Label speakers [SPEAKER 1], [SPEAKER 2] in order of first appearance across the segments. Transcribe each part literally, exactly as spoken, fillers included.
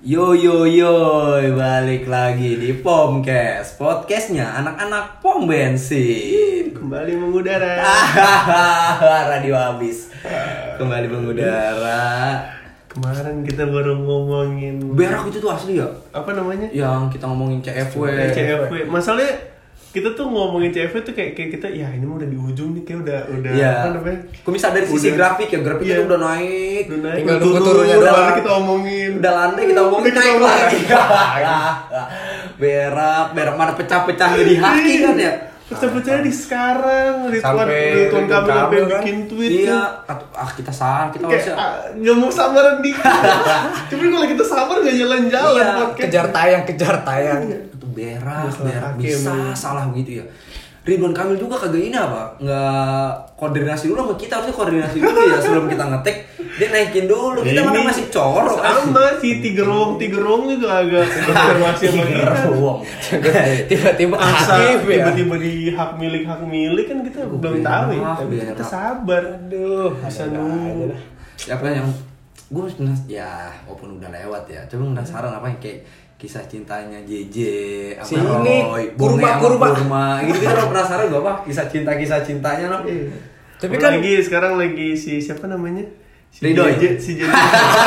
[SPEAKER 1] Yo yo yo, balik lagi di Pomcast, podcastnya anak-anak pom bensin.
[SPEAKER 2] Kembali mengudara.
[SPEAKER 1] Radio habis. Kembali mengudara.
[SPEAKER 2] Kemarin kita baru ngomongin
[SPEAKER 1] berak itu tuh asli ya?
[SPEAKER 2] Apa namanya?
[SPEAKER 1] Yang kita ngomongin C F W.
[SPEAKER 2] C F W. Masalahnya kita tuh ngomongin C F W tuh kayak kayak kita ya ini mah udah di ujung nih, kayak udah udah
[SPEAKER 1] ya.
[SPEAKER 2] Apa namanya?
[SPEAKER 1] Kok bisa dari sisi
[SPEAKER 2] udah,
[SPEAKER 1] grafik ya, grafiknya
[SPEAKER 2] iya.
[SPEAKER 1] udah naik.
[SPEAKER 2] Udah naik.
[SPEAKER 3] Tinggal nunggu turunnya
[SPEAKER 2] udah
[SPEAKER 3] doang.
[SPEAKER 2] kita omongin.
[SPEAKER 1] Udah landai kita omongin naik lagi. Berak, berak mana pecah-pecah di haki kan ya?
[SPEAKER 2] Pecah-pecah di sekarang, Ridwan
[SPEAKER 3] Sampai
[SPEAKER 2] Ridwan Kamil sampai
[SPEAKER 3] kan?
[SPEAKER 2] bikin tweet.
[SPEAKER 1] Iya, ah kita salah, kita
[SPEAKER 2] Kayak
[SPEAKER 1] harusnya
[SPEAKER 2] ah, nggak mau sabaran dikit. Tapi kalau kita sabar nggak jalan-jalan
[SPEAKER 1] Iya,
[SPEAKER 2] podcast.
[SPEAKER 3] Kejar tayang, kejar tayang.
[SPEAKER 1] itu berak,
[SPEAKER 2] Masalah
[SPEAKER 1] berak
[SPEAKER 2] kaki
[SPEAKER 1] bisa
[SPEAKER 2] emang.
[SPEAKER 1] salah begitu ya. Ridwan Kamil juga kagak ini apa? Nggak koordinasi dulu sama kita, harusnya koordinasi dulu ya sebelum kita ngetek. Dia naikin dulu, kita
[SPEAKER 2] Ini
[SPEAKER 1] mana masih corok.
[SPEAKER 2] sama si Tigerong Tigerong juga agak konfirmasi sama kita.
[SPEAKER 1] Gerowong.
[SPEAKER 3] Tiba-tiba
[SPEAKER 2] Asa
[SPEAKER 3] aktif ya.
[SPEAKER 2] tiba-tiba di hak milik hak milik kan kita belum tahu ya.
[SPEAKER 1] berak,
[SPEAKER 2] Tapi kita
[SPEAKER 1] berak.
[SPEAKER 2] sabar.
[SPEAKER 3] Aduh,
[SPEAKER 2] Bisa
[SPEAKER 3] ada
[SPEAKER 2] nunggu.
[SPEAKER 3] aja dah.
[SPEAKER 1] Siapa yang gue ya walaupun udah lewat ya, coba penasaran apa yang kayak kisah cintanya J J
[SPEAKER 3] Si
[SPEAKER 1] sama
[SPEAKER 3] ini,
[SPEAKER 1] Roy,
[SPEAKER 3] kurma,
[SPEAKER 1] Bonge sama
[SPEAKER 3] kurma.
[SPEAKER 1] kurma. Gitu kita lo penasaran gak apa kisah cinta kisah cintanya no?
[SPEAKER 3] Tapi
[SPEAKER 2] Tapi
[SPEAKER 3] kan-
[SPEAKER 2] lagi sekarang lagi si siapa namanya? Si
[SPEAKER 1] Ridho ya?
[SPEAKER 2] J J, si J J.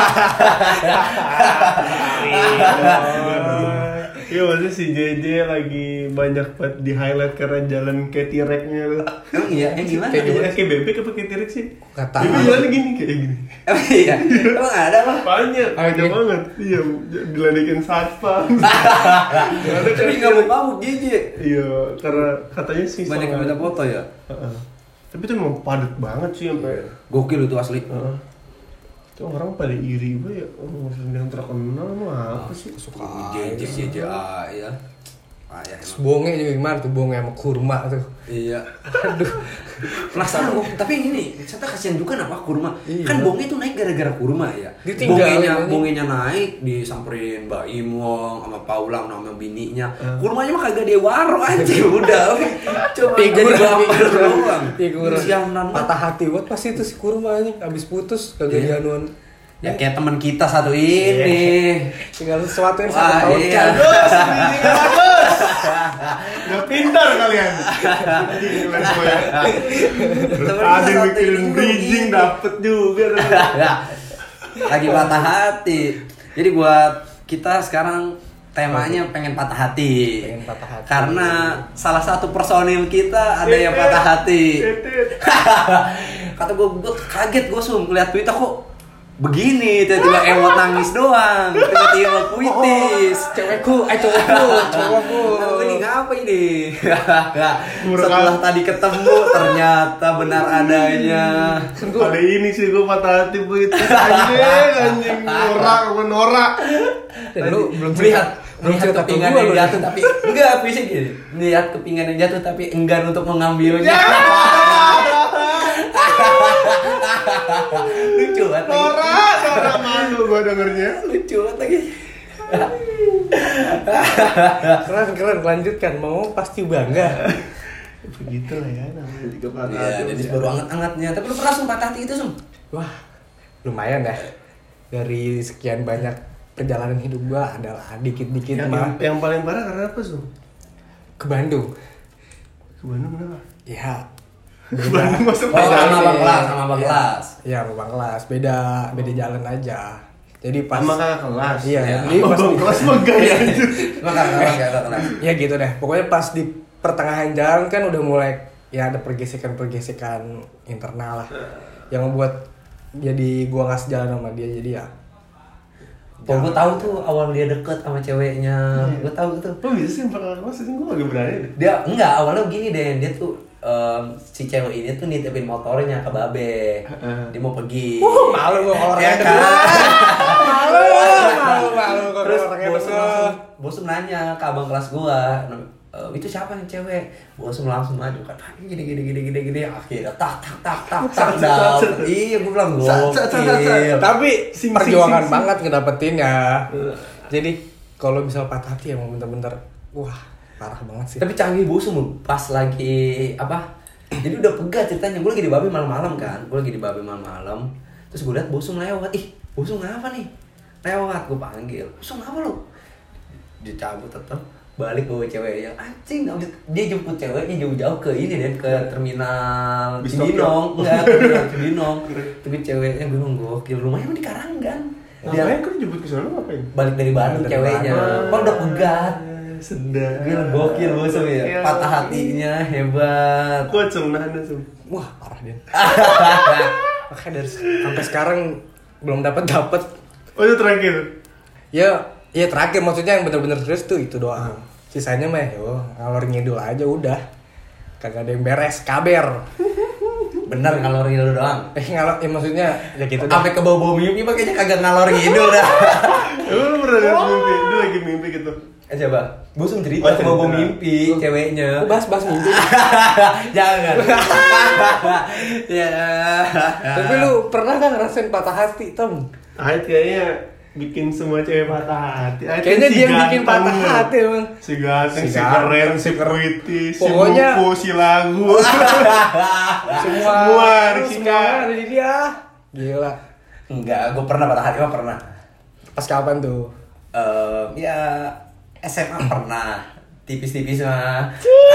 [SPEAKER 2] Iya maksudnya si J J lagi banyak banget di highlight karena jalan kayak T-Rex-nya lu.
[SPEAKER 1] Emang iya, yang gimana?
[SPEAKER 2] Kayak gimana? Kayak bebek apa kayak T-Rex sih?
[SPEAKER 3] Kata
[SPEAKER 2] Bebek jalannya gini kayak gini.
[SPEAKER 1] Emang iya, emang ada apa?
[SPEAKER 2] Banyak,
[SPEAKER 3] Ah,
[SPEAKER 2] banyak
[SPEAKER 3] iya.
[SPEAKER 2] banget. Iya, diledekin satpam. Ada
[SPEAKER 1] Tapi
[SPEAKER 2] kan-
[SPEAKER 1] nggak mau kamu J J.
[SPEAKER 2] Iya, karena katanya sih
[SPEAKER 1] Banyak yang
[SPEAKER 2] soal-
[SPEAKER 1] minta foto ya.
[SPEAKER 2] Heeh. Tapi itu emang padat banget sih sampai.
[SPEAKER 1] Gokil itu asli.
[SPEAKER 2] Heeh. Itu orang pada iri gue ya, oh, yang terkenal mah apa sih?
[SPEAKER 3] suka
[SPEAKER 1] J J J J A ya. Ah ya emang.
[SPEAKER 3] bonge juga gimana tuh, bonge sama kurma tuh.
[SPEAKER 1] Iya. Aduh. Penasaran kok. Tapi ini nih, ternyata kasihan juga kenapa kurma.
[SPEAKER 3] Iya.
[SPEAKER 1] Kan bonge tuh naik gara-gara kurma ya.
[SPEAKER 3] Ditinggalin
[SPEAKER 1] Bongenya,
[SPEAKER 3] aja.
[SPEAKER 1] bongenya naik disamperin Mbak Imong sama Paulang sama bininya.
[SPEAKER 2] Hmm.
[SPEAKER 1] Kurmanya mah kagak dia waro aja udah. Coba
[SPEAKER 3] Figur
[SPEAKER 1] jadi baper doang.
[SPEAKER 3] Figur
[SPEAKER 1] Sianan banget.
[SPEAKER 3] patah hati buat pasti itu si kurma nih abis putus kagak
[SPEAKER 1] Iya.
[SPEAKER 3] dianuan.
[SPEAKER 1] Ya kayak teman kita satu ini.
[SPEAKER 3] Tinggal sesuatu yang
[SPEAKER 1] Wah,
[SPEAKER 3] satu tahun
[SPEAKER 1] iya.
[SPEAKER 3] kan.
[SPEAKER 2] Bagus, bridging bagus. Udah pintar kalian. Gila semua ya.
[SPEAKER 1] Temen
[SPEAKER 2] Ada
[SPEAKER 1] kita
[SPEAKER 2] yang
[SPEAKER 1] satu
[SPEAKER 2] mikirin
[SPEAKER 1] ini.
[SPEAKER 2] bridging dapet juga.
[SPEAKER 1] Lagi patah hati. Jadi buat kita sekarang temanya pengen patah hati.
[SPEAKER 3] Pengen patah hati.
[SPEAKER 1] Karena salah satu personil kita ada yang patah hati.
[SPEAKER 2] Titit.
[SPEAKER 1] Kata gue, gue kaget gue sum ngeliat Twitter kok begini, tiba-tiba emot nangis doang, tiba-tiba puitis.
[SPEAKER 3] Cewekku, eh cowokku, cowokku.
[SPEAKER 1] Nah, ini ngapa ini?
[SPEAKER 2] Murah.
[SPEAKER 1] Setelah tadi ketemu ternyata benar adanya.
[SPEAKER 2] Ada ini sih gue patah hati buat anjing, anjing norak, norak.
[SPEAKER 3] Dan lu belum
[SPEAKER 1] melihat
[SPEAKER 3] cerita- belum
[SPEAKER 1] melihat
[SPEAKER 3] cerita ke
[SPEAKER 1] kepingan
[SPEAKER 3] gua
[SPEAKER 1] yang
[SPEAKER 3] lu.
[SPEAKER 1] jatuh tapi enggak bisa gini. Melihat kepingan yang jatuh tapi enggan untuk mengambilnya. Lucu banget lagi.
[SPEAKER 2] Norak, norak malu gue dengernya.
[SPEAKER 1] Lucu banget lagi.
[SPEAKER 3] Keren keren lanjutkan, mau pasti bangga.
[SPEAKER 2] Begitulah ya namanya juga patah
[SPEAKER 1] Iya,
[SPEAKER 2] hati.
[SPEAKER 1] jadi baru anget-angetnya. Tapi lu pernah sum patah hati itu sum?
[SPEAKER 3] Wah, lumayan dah. Dari sekian banyak perjalanan hidup gua adalah dikit-dikit
[SPEAKER 2] Yang,
[SPEAKER 3] mah
[SPEAKER 2] yang paling parah karena apa Sum?
[SPEAKER 3] ke Bandung.
[SPEAKER 2] Ke Bandung kenapa?
[SPEAKER 3] Ya.
[SPEAKER 2] Ke Bandung masuk
[SPEAKER 1] Oh,
[SPEAKER 2] beda.
[SPEAKER 1] sama abang kelas, sama abang kelas.
[SPEAKER 3] Iya, sama bang kelas. Beda beda jalan aja. Jadi pas
[SPEAKER 2] Sama kakak kelas.
[SPEAKER 3] Iya,
[SPEAKER 1] Iya.
[SPEAKER 3] jadi pas
[SPEAKER 2] Abang
[SPEAKER 3] di-
[SPEAKER 2] kelas mah enggak ya itu.
[SPEAKER 1] Makan orang enggak kelas.
[SPEAKER 3] ya gitu deh. Pokoknya pas di pertengahan jalan kan udah mulai ya ada pergesekan-pergesekan internal lah. Yang membuat jadi gua nggak sejalan sama dia, jadi ya
[SPEAKER 1] Oh, gue tahu tuh awal dia deket sama ceweknya. Gue tahu tuh.
[SPEAKER 2] Lo bisa sih kakak kelas itu gue agak berani deh.
[SPEAKER 1] Dia enggak, awalnya begini deh. Dia tuh em, si cewek ini tuh nitipin motornya ke Babe. Dia mau pergi.
[SPEAKER 3] Uh, malu gua kalau
[SPEAKER 1] Ya
[SPEAKER 3] orangnya
[SPEAKER 1] kan?
[SPEAKER 3] malu, malu, malu kalau
[SPEAKER 1] Terus
[SPEAKER 3] orangnya
[SPEAKER 1] bosum
[SPEAKER 3] deket.
[SPEAKER 1] langsung, bosum nanya ke abang kelas gua, "E, itu siapa yang cewek?" Bosum langsung maju kan, "Ah, gini gini gini gini gini." Akhirnya tak tak tak tak tak dapet. Iya, gua bilang
[SPEAKER 2] Sat, sat, sat, sat, sat.
[SPEAKER 1] gokil.
[SPEAKER 3] Tapi
[SPEAKER 2] Sing,
[SPEAKER 3] perjuangan
[SPEAKER 2] sing, sing,
[SPEAKER 3] banget ngedapetinnya. Jadi kalau misal patah hati emang bener-bener wah parah banget sih.
[SPEAKER 1] Tapi canggih bosum pas lagi apa? Jadi udah pegat ceritanya. Gua lagi di Babe malam-malam kan. Gua lagi di Babe malam-malam. Terus gua liat bosum lewat. Ih, bosum ngapa nih? lewat, gue panggil, Sung apa lu? Dia cabut tetep, balik bawa ceweknya, anjing, abis dia jemput ceweknya jauh-jauh ke ini deh, ke terminal Cibinong, enggak, ke terminal Cibinong, tapi ceweknya gue gokil, rumahnya emang di Karanggan. Dia
[SPEAKER 2] Ngapain kan jemput ke sana ngapain?
[SPEAKER 1] balik dari Bandung
[SPEAKER 3] Dari
[SPEAKER 1] ceweknya,
[SPEAKER 3] Bandung.
[SPEAKER 1] kok udah pegat.
[SPEAKER 2] Sedap.
[SPEAKER 1] Gila gokil bos ya, patah hatinya hebat.
[SPEAKER 2] Kuat Sung, nahan Sung.
[SPEAKER 3] Wah, parah dia. Makanya dari sampai sekarang belum dapat dapat.
[SPEAKER 2] Oh itu terakhir.
[SPEAKER 3] Ya, ya terakhir maksudnya yang benar-benar serius tuh itu doang. Sisanya mah yo ngalor ngidul aja udah. Kagak ada yang beres, kaber.
[SPEAKER 1] Bener ngalor ngidul doang.
[SPEAKER 3] Eh ngalor, ya maksudnya ya gitu dah.
[SPEAKER 1] Sampai ke bau-bau mimpi makanya kagak ngalor ngidul dah.
[SPEAKER 2] Lu pernah lihat mimpi? Dia lagi mimpi gitu.
[SPEAKER 1] Eh coba, Busung cerita
[SPEAKER 2] Oh,
[SPEAKER 1] ke
[SPEAKER 2] cerita.
[SPEAKER 1] bau mimpi ceweknya.
[SPEAKER 3] Aku bahas-bahas mimpi.
[SPEAKER 1] Jangan. Ya.
[SPEAKER 3] Tapi lu pernah gak ngerasain patah hati, Tom?
[SPEAKER 2] Ait kayaknya bikin semua cewek patah hati. Ait
[SPEAKER 3] Kayaknya
[SPEAKER 2] si
[SPEAKER 3] dia yang bikin
[SPEAKER 2] ganteng.
[SPEAKER 3] patah hati emang.
[SPEAKER 2] Si ganteng,
[SPEAKER 3] Si
[SPEAKER 2] si,
[SPEAKER 3] ganteng,
[SPEAKER 2] keren,
[SPEAKER 3] si
[SPEAKER 2] si
[SPEAKER 3] keren.
[SPEAKER 2] puitis, si
[SPEAKER 3] Pokoknya-
[SPEAKER 2] buku, si lagu.
[SPEAKER 3] Semua
[SPEAKER 2] Semua ada di
[SPEAKER 3] semua
[SPEAKER 2] dia.
[SPEAKER 3] ada di dia. Gila.
[SPEAKER 1] Enggak, gue pernah patah hati mah pernah.
[SPEAKER 3] Pas kapan tuh?
[SPEAKER 1] Eh, ya S M A pernah, tipis-tipis mah.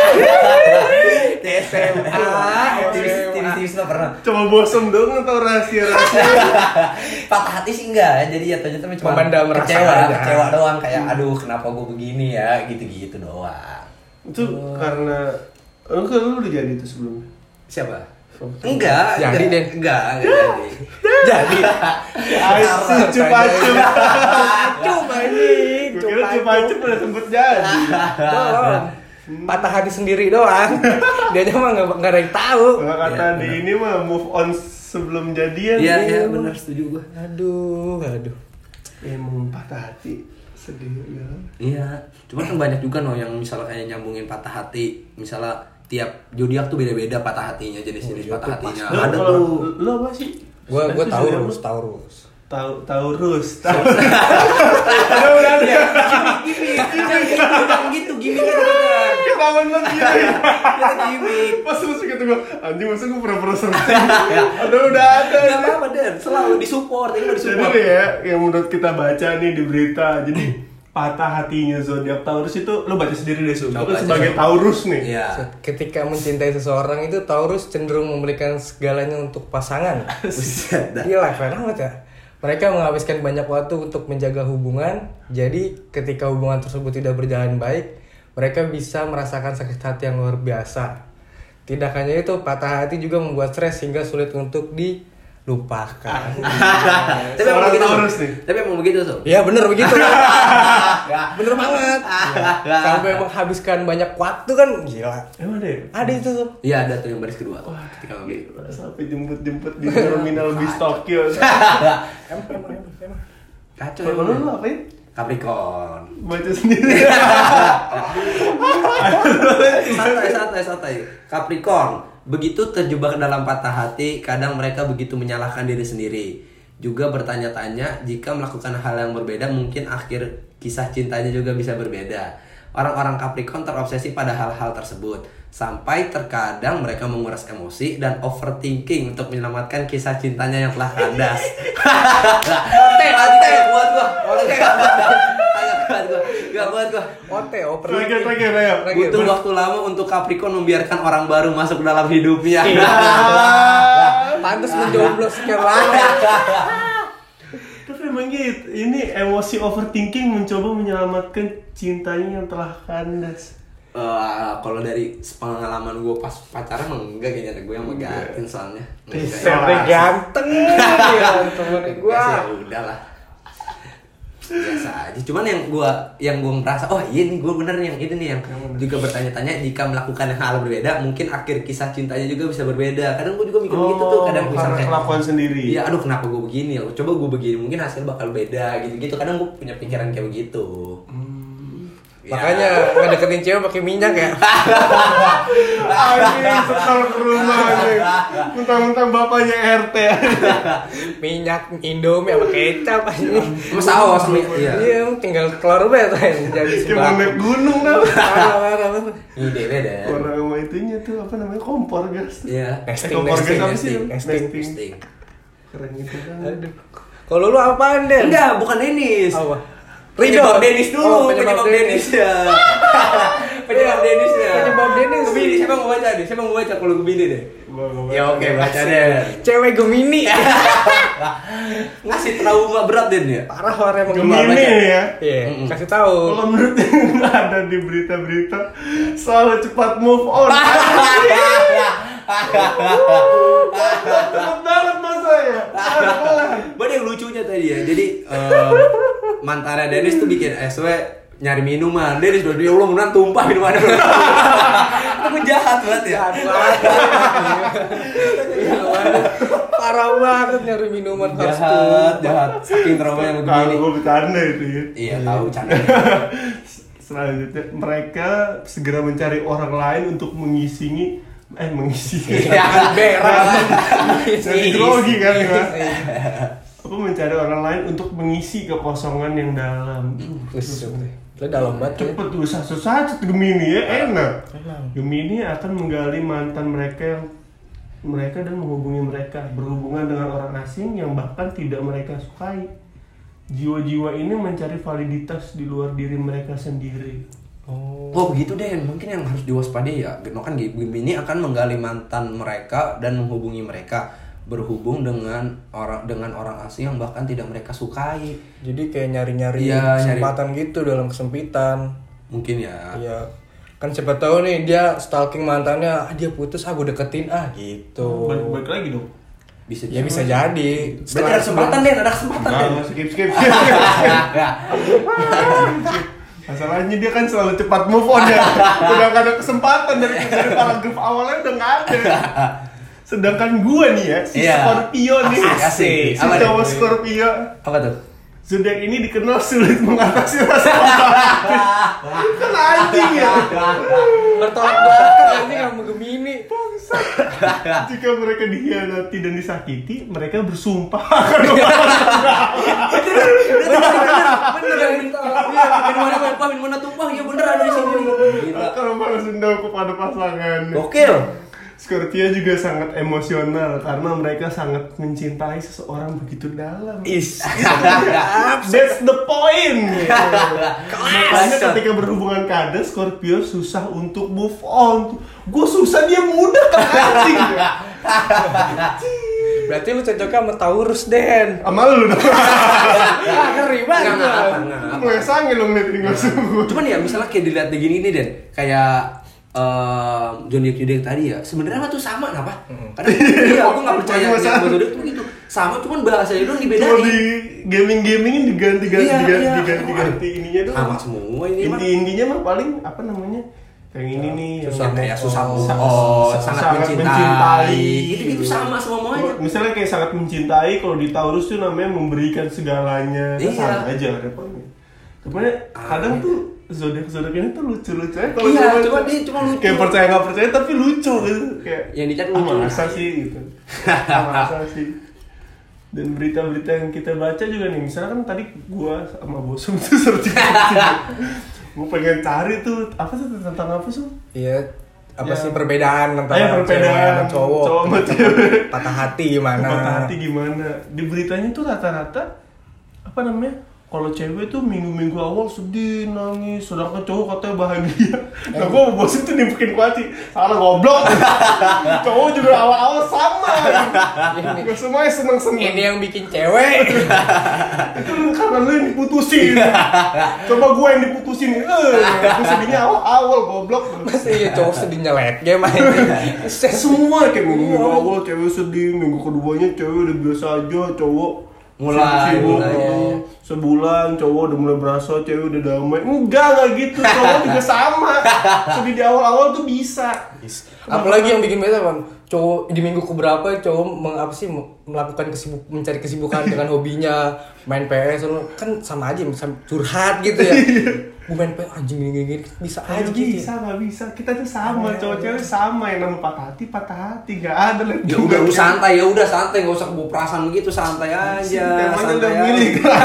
[SPEAKER 1] S M A, tipis-tipis mah pernah.
[SPEAKER 2] Coba bosom dong atau rahasia-rahasia.
[SPEAKER 1] Patah hati sih enggak, jadi ya ternyata cuma
[SPEAKER 3] Memandang rasa
[SPEAKER 1] kecewa,
[SPEAKER 3] aja.
[SPEAKER 1] kecewa doang kayak aduh kenapa gue begini ya, gitu-gitu doang.
[SPEAKER 2] Itu karena lu kan lu udah jadi itu sebelumnya.
[SPEAKER 1] Siapa? Enggak,
[SPEAKER 3] Jadi,
[SPEAKER 1] enggak,
[SPEAKER 3] Den.
[SPEAKER 1] enggak, enggak jadi.
[SPEAKER 3] Jadi.
[SPEAKER 2] Ait si cupacup.
[SPEAKER 3] Coba ini.
[SPEAKER 2] Gue kira cupacup udah sempet jadi.
[SPEAKER 3] Doang. Patah hati sendiri doang. Dia mah nggak nggak ada yang tahu.
[SPEAKER 2] Kalau kata
[SPEAKER 1] Iya,
[SPEAKER 2] di ini mah move on sebelum jadian.
[SPEAKER 1] Iya, iya benar setuju gue.
[SPEAKER 3] Aduh, aduh.
[SPEAKER 2] Emang patah hati sedih ya.
[SPEAKER 1] Iya, cuman kan banyak juga no yang misalnya kayak nyambungin patah hati, misalnya tiap zodiak tuh beda-beda patah hatinya, jenis-jenis patah hatinya.
[SPEAKER 2] Lu
[SPEAKER 1] Ada
[SPEAKER 2] kalau
[SPEAKER 1] tuh.
[SPEAKER 2] lu apa sih?
[SPEAKER 3] Gua gua
[SPEAKER 2] Itu
[SPEAKER 3] Taurus,
[SPEAKER 2] zodiak
[SPEAKER 3] Taurus.
[SPEAKER 2] Tahu Taurus. Ada udah ada.
[SPEAKER 1] Gimik, jangan gitu, gimik itu kan.
[SPEAKER 2] Ketahuan banget gini.
[SPEAKER 1] Kita gimik.
[SPEAKER 2] Pas lu kata gua, anjing masa gua pura-pura searching. Ada udah ada.
[SPEAKER 1] Gak apa-apa Den, selalu disupport, ini mau
[SPEAKER 2] Jadi
[SPEAKER 1] disupport.
[SPEAKER 2] nih ya, yang menurut kita baca nih di berita. Jadi patah hatinya zodiak Taurus itu lu baca sendiri deh, Sum. Lu
[SPEAKER 1] Coba baca,
[SPEAKER 2] sebagai
[SPEAKER 1] Sum.
[SPEAKER 2] Taurus nih.
[SPEAKER 1] Iya.
[SPEAKER 3] Ketika mencintai seseorang itu Taurus cenderung memberikan segalanya untuk pasangan.
[SPEAKER 1] Buset dah.
[SPEAKER 3] Gila, keren banget ya. Mereka menghabiskan banyak waktu untuk menjaga hubungan. Jadi ketika hubungan tersebut tidak berjalan baik, mereka bisa merasakan sakit hati yang luar biasa. Tidak hanya itu, patah hati juga membuat stres hingga sulit untuk dilupakan.
[SPEAKER 1] Tapi emang
[SPEAKER 2] Seorang
[SPEAKER 1] begitu.
[SPEAKER 2] Taurus
[SPEAKER 1] Sob.
[SPEAKER 2] nih.
[SPEAKER 1] Tapi emang begitu tuh.
[SPEAKER 3] Ya bener begitu. Bener banget. Sampai menghabiskan banyak waktu kan gila.
[SPEAKER 2] Emang deh.
[SPEAKER 3] Ada itu tuh.
[SPEAKER 1] Iya ada tuh yang baris kedua. Ketika ngomong.
[SPEAKER 2] Gila, sampai jemput-jemput di terminal bis Tokyo.
[SPEAKER 3] Emang emang emang. emang.
[SPEAKER 1] Kacau.
[SPEAKER 2] Kalau lu ngapain?
[SPEAKER 1] Capricorn.
[SPEAKER 2] Baca sendiri.
[SPEAKER 1] santai santai santai. Capricorn begitu terjebak dalam patah hati, kadang mereka begitu menyalahkan diri sendiri. Juga bertanya-tanya jika melakukan hal yang berbeda mungkin akhir kisah cintanya juga bisa berbeda. Orang-orang Capricorn terobsesi pada hal-hal tersebut sampai terkadang mereka menguras emosi dan overthinking untuk menyelamatkan kisah cintanya yang telah kandas. Teh, teh, buat gua. Oke. Agak kuat gua. Gak kuat gua.
[SPEAKER 3] Ote, oper.
[SPEAKER 2] Terakhir, terakhir, ayo.
[SPEAKER 1] Butuh waktu lama untuk Capricorn membiarkan orang baru masuk dalam hidupnya.
[SPEAKER 3] Pantes menjomblo sekian lama.
[SPEAKER 2] Tapi emang gitu, ini emosi overthinking mencoba menyelamatkan cintanya yang telah kandas.
[SPEAKER 1] Eh, kalau dari pengalaman gue pas pacaran emang enggak kayaknya gue yang megatin soalnya.
[SPEAKER 3] Sampai ganteng ya temen
[SPEAKER 1] Gue
[SPEAKER 3] gua.
[SPEAKER 1] ya udahlah. Biasa aja. Cuman yang gue yang gue merasa oh iya nih gue bener nih yang itu nih yang juga bertanya-tanya jika melakukan hal berbeda mungkin akhir kisah cintanya juga bisa berbeda. Kadang gue juga mikir gitu tuh kadang
[SPEAKER 2] karena
[SPEAKER 1] misalnya
[SPEAKER 2] kelakuan sendiri.
[SPEAKER 1] iya aduh kenapa gue begini ya coba gue begini mungkin hasil bakal beda gitu-gitu kadang gue punya pikiran kayak begitu. Ya.
[SPEAKER 3] Makanya ngedeketin cewek pakai minyak ya.
[SPEAKER 2] Anjing setel ke rumah anjing. Mentang-mentang bapaknya R T.
[SPEAKER 3] Minyak Indomie sama kecap aja.
[SPEAKER 1] Mas saus nih. Iya.
[SPEAKER 3] Iya, tinggal keluar bet jadi
[SPEAKER 2] Cuma naik gunung tau.
[SPEAKER 3] Parah, parah, parah.
[SPEAKER 1] Ide beda.
[SPEAKER 2] Orang sama itunya tuh apa namanya kompor gas.
[SPEAKER 1] Iya.
[SPEAKER 2] Eh,
[SPEAKER 3] Nesting,
[SPEAKER 2] kompor gas
[SPEAKER 3] nesting,
[SPEAKER 2] apa sih?
[SPEAKER 3] nesting,
[SPEAKER 2] Nesting.
[SPEAKER 1] Pisting.
[SPEAKER 2] Keren gitu kan.
[SPEAKER 3] Aduh. Kalau lu apaan, Den?
[SPEAKER 1] Enggak, bukan Dennis.
[SPEAKER 3] Apa?
[SPEAKER 1] Penyebab Dennis dulu,
[SPEAKER 3] Oh,
[SPEAKER 1] penyebab,
[SPEAKER 3] penyebab
[SPEAKER 1] Dennis ya. Penyebab Dennis ya.
[SPEAKER 3] Penyebab Dennis.
[SPEAKER 1] Gemini, siapa mau baca nih? Siapa mau baca kalau Gemini deh?
[SPEAKER 3] Ya oke, baca deh. Cewek Gemini.
[SPEAKER 1] Ngasih trauma berat Den ya.
[SPEAKER 3] Parah orang emang
[SPEAKER 2] Gemini
[SPEAKER 3] baca.
[SPEAKER 2] ya.
[SPEAKER 3] Iya,
[SPEAKER 1] Mm-mm.
[SPEAKER 3] kasih tahu.
[SPEAKER 2] Kalau menurut yang ada di berita-berita selalu cepat move on. Cepet banget masa ya.
[SPEAKER 1] Ada yang lucunya tadi ya. Jadi em, mantannya Dennis tuh bikin S W nyari minuman. Dennis udah, ya Allah beneran tumpah minuman. Aku jahat banget ya.
[SPEAKER 3] Parah banget nyari minuman harus
[SPEAKER 1] Jahat,
[SPEAKER 3] tuh.
[SPEAKER 1] jahat. Saking trauma yang
[SPEAKER 2] Kalau
[SPEAKER 1] begini.
[SPEAKER 2] gue bercanda itu ya.
[SPEAKER 1] Iya, tahu canda.
[SPEAKER 2] Selanjutnya mereka segera mencari orang lain untuk mengisi eh mengisi
[SPEAKER 3] Iya, berak.
[SPEAKER 2] jadi grogi kan ya. Apa mencari orang lain untuk mengisi kekosongan yang dalam.
[SPEAKER 3] Terus, itu dalam banget.
[SPEAKER 2] Cepet tuh susah susah Gemini ya enak.
[SPEAKER 3] Emang.
[SPEAKER 2] Gemini akan menggali mantan mereka yang mereka dan menghubungi mereka berhubungan dengan orang asing yang bahkan tidak mereka sukai. Jiwa-jiwa ini mencari validitas di luar diri mereka sendiri.
[SPEAKER 3] Oh.
[SPEAKER 1] Oh begitu Den, mungkin yang harus diwaspadai ya. No, kan Gemini akan menggali mantan mereka dan menghubungi mereka berhubung dengan orang dengan orang asing yang bahkan tidak mereka sukai.
[SPEAKER 3] Jadi kayak nyari-nyari
[SPEAKER 1] Iya,
[SPEAKER 3] kesempatan gitu dalam kesempitan.
[SPEAKER 1] Mungkin ya.
[SPEAKER 3] Iya. Kan siapa tahu nih dia stalking mantannya, ah dia putus, ah gue deketin ah gitu.
[SPEAKER 2] Balik-balik lagi dong.
[SPEAKER 1] Bisa
[SPEAKER 3] Ya bisa jadi.
[SPEAKER 1] Berarti ada kesempatan Den, ada kesempatan Den.
[SPEAKER 2] Nah, skip skip skip. Masalahnya dia kan selalu cepat move on ya. Udah gak ada kesempatan dari dari paragraf awalnya udah gak ada. Sedangkan gua nih ya, si
[SPEAKER 1] Iya.
[SPEAKER 2] Scorpio nih,
[SPEAKER 1] Asik, asik.
[SPEAKER 2] si
[SPEAKER 1] Apa
[SPEAKER 2] cowok
[SPEAKER 1] deh?
[SPEAKER 2] Scorpio.
[SPEAKER 1] Apa tuh?
[SPEAKER 2] Zodiak ini dikenal sulit mengatasi rasa patah hati. Kan anjing ya.
[SPEAKER 3] Bertolak belakang ini kamu Gemini.
[SPEAKER 2] Jika mereka dikhianati dan disakiti, mereka bersumpah.
[SPEAKER 1] Bener yang minta. Iya, minuman tumpah, minuman tumpah, ya bener ada di sini. Gila.
[SPEAKER 2] Kalau balas dendam kepada pasangan.
[SPEAKER 1] Gokil.
[SPEAKER 2] Scorpio juga sangat emosional karena mereka sangat mencintai seseorang begitu dalam.
[SPEAKER 1] Is.
[SPEAKER 2] That's the point. Makanya ketika berhubungan kada, Scorpio susah untuk move on. Gue susah, dia mudah kan anjing.
[SPEAKER 3] Berarti lu cocoknya sama Taurus, Den.
[SPEAKER 2] Sama lu dong.
[SPEAKER 3] Ah, ngeri banget.
[SPEAKER 1] Nggak apa, nggak apa.
[SPEAKER 2] Ngelesangin lo ngeliat ini semua.
[SPEAKER 1] Cuman ya misalnya kayak dilihat di gini nih Den, kayak eh zodiak zodiak tadi ya, sebenarnya mah tuh sama apa? Karena iya, aku nggak percaya
[SPEAKER 2] Cuma
[SPEAKER 1] yang
[SPEAKER 2] satu.
[SPEAKER 1] zodiak tuh gitu, sama cuman bahasanya doang
[SPEAKER 2] Cuma
[SPEAKER 1] dibedain.
[SPEAKER 2] di gaming-gamingin diganti-ganti
[SPEAKER 1] Iya,
[SPEAKER 2] diganti
[SPEAKER 1] iya.
[SPEAKER 2] diganti ganti ininya doang.
[SPEAKER 1] Sama semua ini mah.
[SPEAKER 2] Inti-intinya mah paling apa namanya? Kayak ini nih
[SPEAKER 1] Susah
[SPEAKER 2] yang
[SPEAKER 1] kayak susah
[SPEAKER 3] Oh,
[SPEAKER 1] oh,
[SPEAKER 2] sangat-
[SPEAKER 1] sangat,
[SPEAKER 2] sangat
[SPEAKER 1] mencintai.
[SPEAKER 2] mencintai.
[SPEAKER 1] Gitu-gitu sama semuanya.
[SPEAKER 2] Misalnya kayak sangat mencintai, kalau di Taurus tuh namanya memberikan segalanya. Kan
[SPEAKER 1] Iya.
[SPEAKER 2] sama aja ada poinnya. Cuman kadang tuh zodiak-zodiak ini tuh lucu-lucu aja kalau
[SPEAKER 1] Iya,
[SPEAKER 2] cuma-
[SPEAKER 1] cuma dia cuma lucu.
[SPEAKER 2] kayak percaya nggak percaya tapi lucu gitu. Kayak
[SPEAKER 1] Yang dicat
[SPEAKER 2] "Ah,
[SPEAKER 1] lucu."
[SPEAKER 2] masa sih gitu. Masa sih. Dan berita-berita yang kita baca juga nih, misalnya kan tadi gua sama Bosum tuh searching. Gua pengen cari tuh apa sih tentang apa sih?
[SPEAKER 3] Iya. Apa
[SPEAKER 2] Ya.
[SPEAKER 3] sih perbedaan antara
[SPEAKER 2] Eh, perbedaan
[SPEAKER 3] cewek sama cowok?
[SPEAKER 2] cowok sama cewek.
[SPEAKER 3] Patah hati gimana?
[SPEAKER 2] Patah hati gimana? Di beritanya tuh rata-rata apa namanya? Kalau cewek tuh minggu-minggu awal sedih, nangis, sedangkan cowok katanya bahagia. Nah, gua mau bosin tuh nimpukin kuaci. Salah goblok. Cowok juga awal-awal sama. Gak semuanya seneng-seneng.
[SPEAKER 3] Ini yang bikin cewek.
[SPEAKER 2] Itu karena lu yang diputusin. Coba gua yang diputusin. Eh, gua sedihnya awal-awal goblok.
[SPEAKER 3] Masa iya cowok sedihnya late game aja.
[SPEAKER 2] Semua kayak minggu awal cewek sedih, minggu keduanya cewek udah biasa aja, cowok
[SPEAKER 1] Mulai,
[SPEAKER 2] sibuk,
[SPEAKER 1] mulai.
[SPEAKER 2] gitu. Sebulan cowok udah mulai berasa, cewek udah damai. Enggak, enggak gitu. Cowok juga sama. Sedih di awal-awal tuh bisa.
[SPEAKER 3] Apalagi yang bikin beda bang, cowok di minggu keberapa cowok meng, apa sih melakukan kesibuk mencari kesibukan dengan hobinya main P S kan sama aja misal curhat gitu ya. Gue main P S anjing gini gini bisa aja
[SPEAKER 2] Nggak
[SPEAKER 3] gitu.
[SPEAKER 2] bisa, nggak bisa. Kita tuh sama, cowok cewek sama. Yang namanya patah hati, patah hati. Nggak ada lah.
[SPEAKER 1] Ya udah lu santai, ya udah santai, nggak usah kebawa perasaan begitu, santai aja.
[SPEAKER 2] Temanya
[SPEAKER 1] Santai
[SPEAKER 2] udah
[SPEAKER 1] aja.
[SPEAKER 2] milih kan.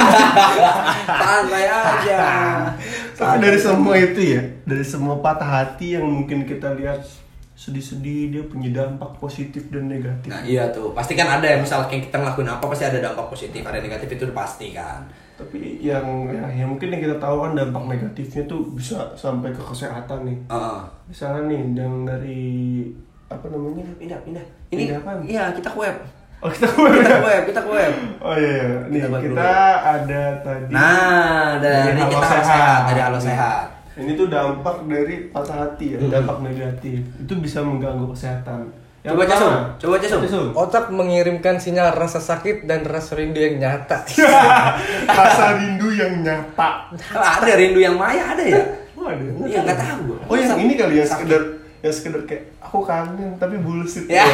[SPEAKER 1] Santai aja.
[SPEAKER 2] Tapi dari semua itu ya, dari semua patah hati yang mungkin kita lihat sedih-sedih, dia punya dampak positif dan negatif.
[SPEAKER 1] Nah iya tuh, pasti kan ada ya, misal kayak kita ngelakuin apa pasti ada dampak positif, ada negatif, itu udah pasti kan.
[SPEAKER 2] Tapi yang ya, yang mungkin yang kita tahu kan dampak negatifnya tuh bisa sampai ke kesehatan nih.
[SPEAKER 1] Uh-uh.
[SPEAKER 2] Misalnya nih, yang dari apa namanya?
[SPEAKER 1] Pindah, pindah. Ini
[SPEAKER 2] Pindah apaan?
[SPEAKER 1] iya kita ke web.
[SPEAKER 2] Oh kita ke web.
[SPEAKER 1] Kita ke web, kita ke web.
[SPEAKER 2] Oh iya, iya. Nih
[SPEAKER 1] Kita
[SPEAKER 2] kita,
[SPEAKER 1] buat
[SPEAKER 2] ada tadi.
[SPEAKER 1] Nah, dari
[SPEAKER 2] Halo
[SPEAKER 1] kita Halo Sehat, dari Halo Sehat.
[SPEAKER 2] Ini tuh dampak dari patah hati ya,
[SPEAKER 1] Hmm.
[SPEAKER 2] dampak negatif. Itu bisa mengganggu kesehatan.
[SPEAKER 1] Coba Casum, coba Casum.
[SPEAKER 2] Casum.
[SPEAKER 3] Otak mengirimkan sinyal rasa sakit dan rasa rindu yang nyata.
[SPEAKER 2] Rasa rindu yang nyata.
[SPEAKER 1] Ada rindu yang maya ada ya?
[SPEAKER 2] Oh, ada.
[SPEAKER 1] Iya nggak tahu.
[SPEAKER 2] Oh yang
[SPEAKER 1] Sakit.
[SPEAKER 2] ini kali yang
[SPEAKER 1] Sakit.
[SPEAKER 2] sekedar yang sekedar kayak aku kangen tapi bullshit.
[SPEAKER 1] Ya.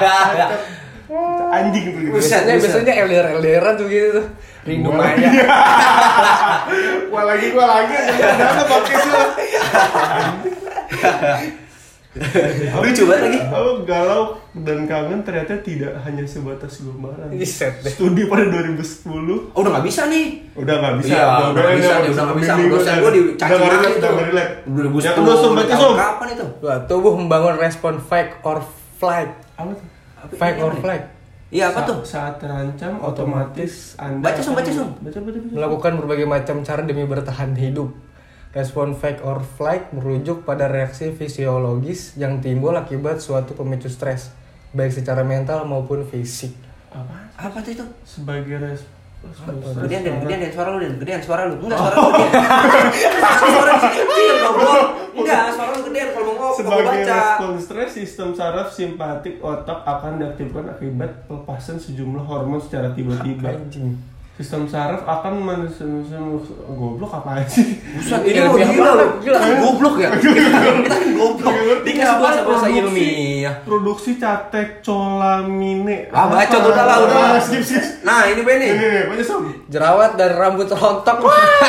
[SPEAKER 2] Anjing tuh gitu.
[SPEAKER 1] Buset.
[SPEAKER 3] Biasanya biasanya L D R L D R-an tuh gitu tuh. Rindu
[SPEAKER 2] Wah.
[SPEAKER 3] maya.
[SPEAKER 2] Gua lagi gua lagi ada podcastnya.
[SPEAKER 1] Lucu banget lagi.
[SPEAKER 2] Aku galau dan kangen ternyata tidak hanya sebatas gambaran.
[SPEAKER 3] Ini set deh.
[SPEAKER 2] Studi pada dua ribu sepuluh.
[SPEAKER 1] Oh, udah nggak bisa nih.
[SPEAKER 2] Udah nggak bisa.
[SPEAKER 1] Iya, udah nggak bisa nih, udah nggak bisa. Dosen gua dicaci
[SPEAKER 2] Udah nggak
[SPEAKER 1] maki
[SPEAKER 2] relate,
[SPEAKER 1] tuh.
[SPEAKER 2] udah nggak relate.
[SPEAKER 1] dua ribu
[SPEAKER 2] Ya,
[SPEAKER 1] sepuluh.
[SPEAKER 2] udah, Som, baca, Som.
[SPEAKER 1] Kapan itu?
[SPEAKER 3] Wah, tubuh membangun respon fight or flight.
[SPEAKER 2] Apa tuh?
[SPEAKER 3] Fight
[SPEAKER 1] ini
[SPEAKER 3] or
[SPEAKER 1] apa?
[SPEAKER 3] flight.
[SPEAKER 1] Iya, apa
[SPEAKER 2] Sa-
[SPEAKER 1] tuh?
[SPEAKER 2] Saat terancam otomatis Anda
[SPEAKER 1] Baca, Som,
[SPEAKER 2] akan-
[SPEAKER 1] baca, Som.
[SPEAKER 2] Baca, baca, baca.
[SPEAKER 3] Melakukan berbagai macam cara demi bertahan hidup. Respon fight or flight merujuk pada reaksi fisiologis yang timbul akibat suatu pemicu stres, baik secara mental maupun fisik.
[SPEAKER 2] Apa?
[SPEAKER 1] Apa tuh itu?
[SPEAKER 2] Sebagai respon.
[SPEAKER 1] Gedean Den, gedean Den, suara lu Den, gedean suara lu. Enggak, suara lu gedean. Pasti suara lu kecil goblok. Enggak, suara lu gedean kalau mau ngomong, kalau
[SPEAKER 2] Sebagai
[SPEAKER 1] baca.
[SPEAKER 2] respon stres, sistem saraf simpatik otak akan diaktifkan akibat pelepasan sejumlah hormon secara tiba-tiba.
[SPEAKER 3] Anjing.
[SPEAKER 2] Sistem saraf akan menusun goblok apa sih?
[SPEAKER 1] Buset, ini
[SPEAKER 3] Iya,
[SPEAKER 1] mau
[SPEAKER 3] lebih
[SPEAKER 1] gila
[SPEAKER 3] apa?
[SPEAKER 1] lu. Kita kan goblok ya. Kita kan goblok. Dikasih bahasa bahasa
[SPEAKER 2] Produksi-
[SPEAKER 1] ilmiah.
[SPEAKER 2] Produksi catecholamine.
[SPEAKER 1] Ah, baca tuh udah lah, udah lah.
[SPEAKER 2] Ah, skip skip.
[SPEAKER 1] Nah, ini Benny.
[SPEAKER 2] Ini nih, baca Som.
[SPEAKER 3] Jerawat dan rambut rontok.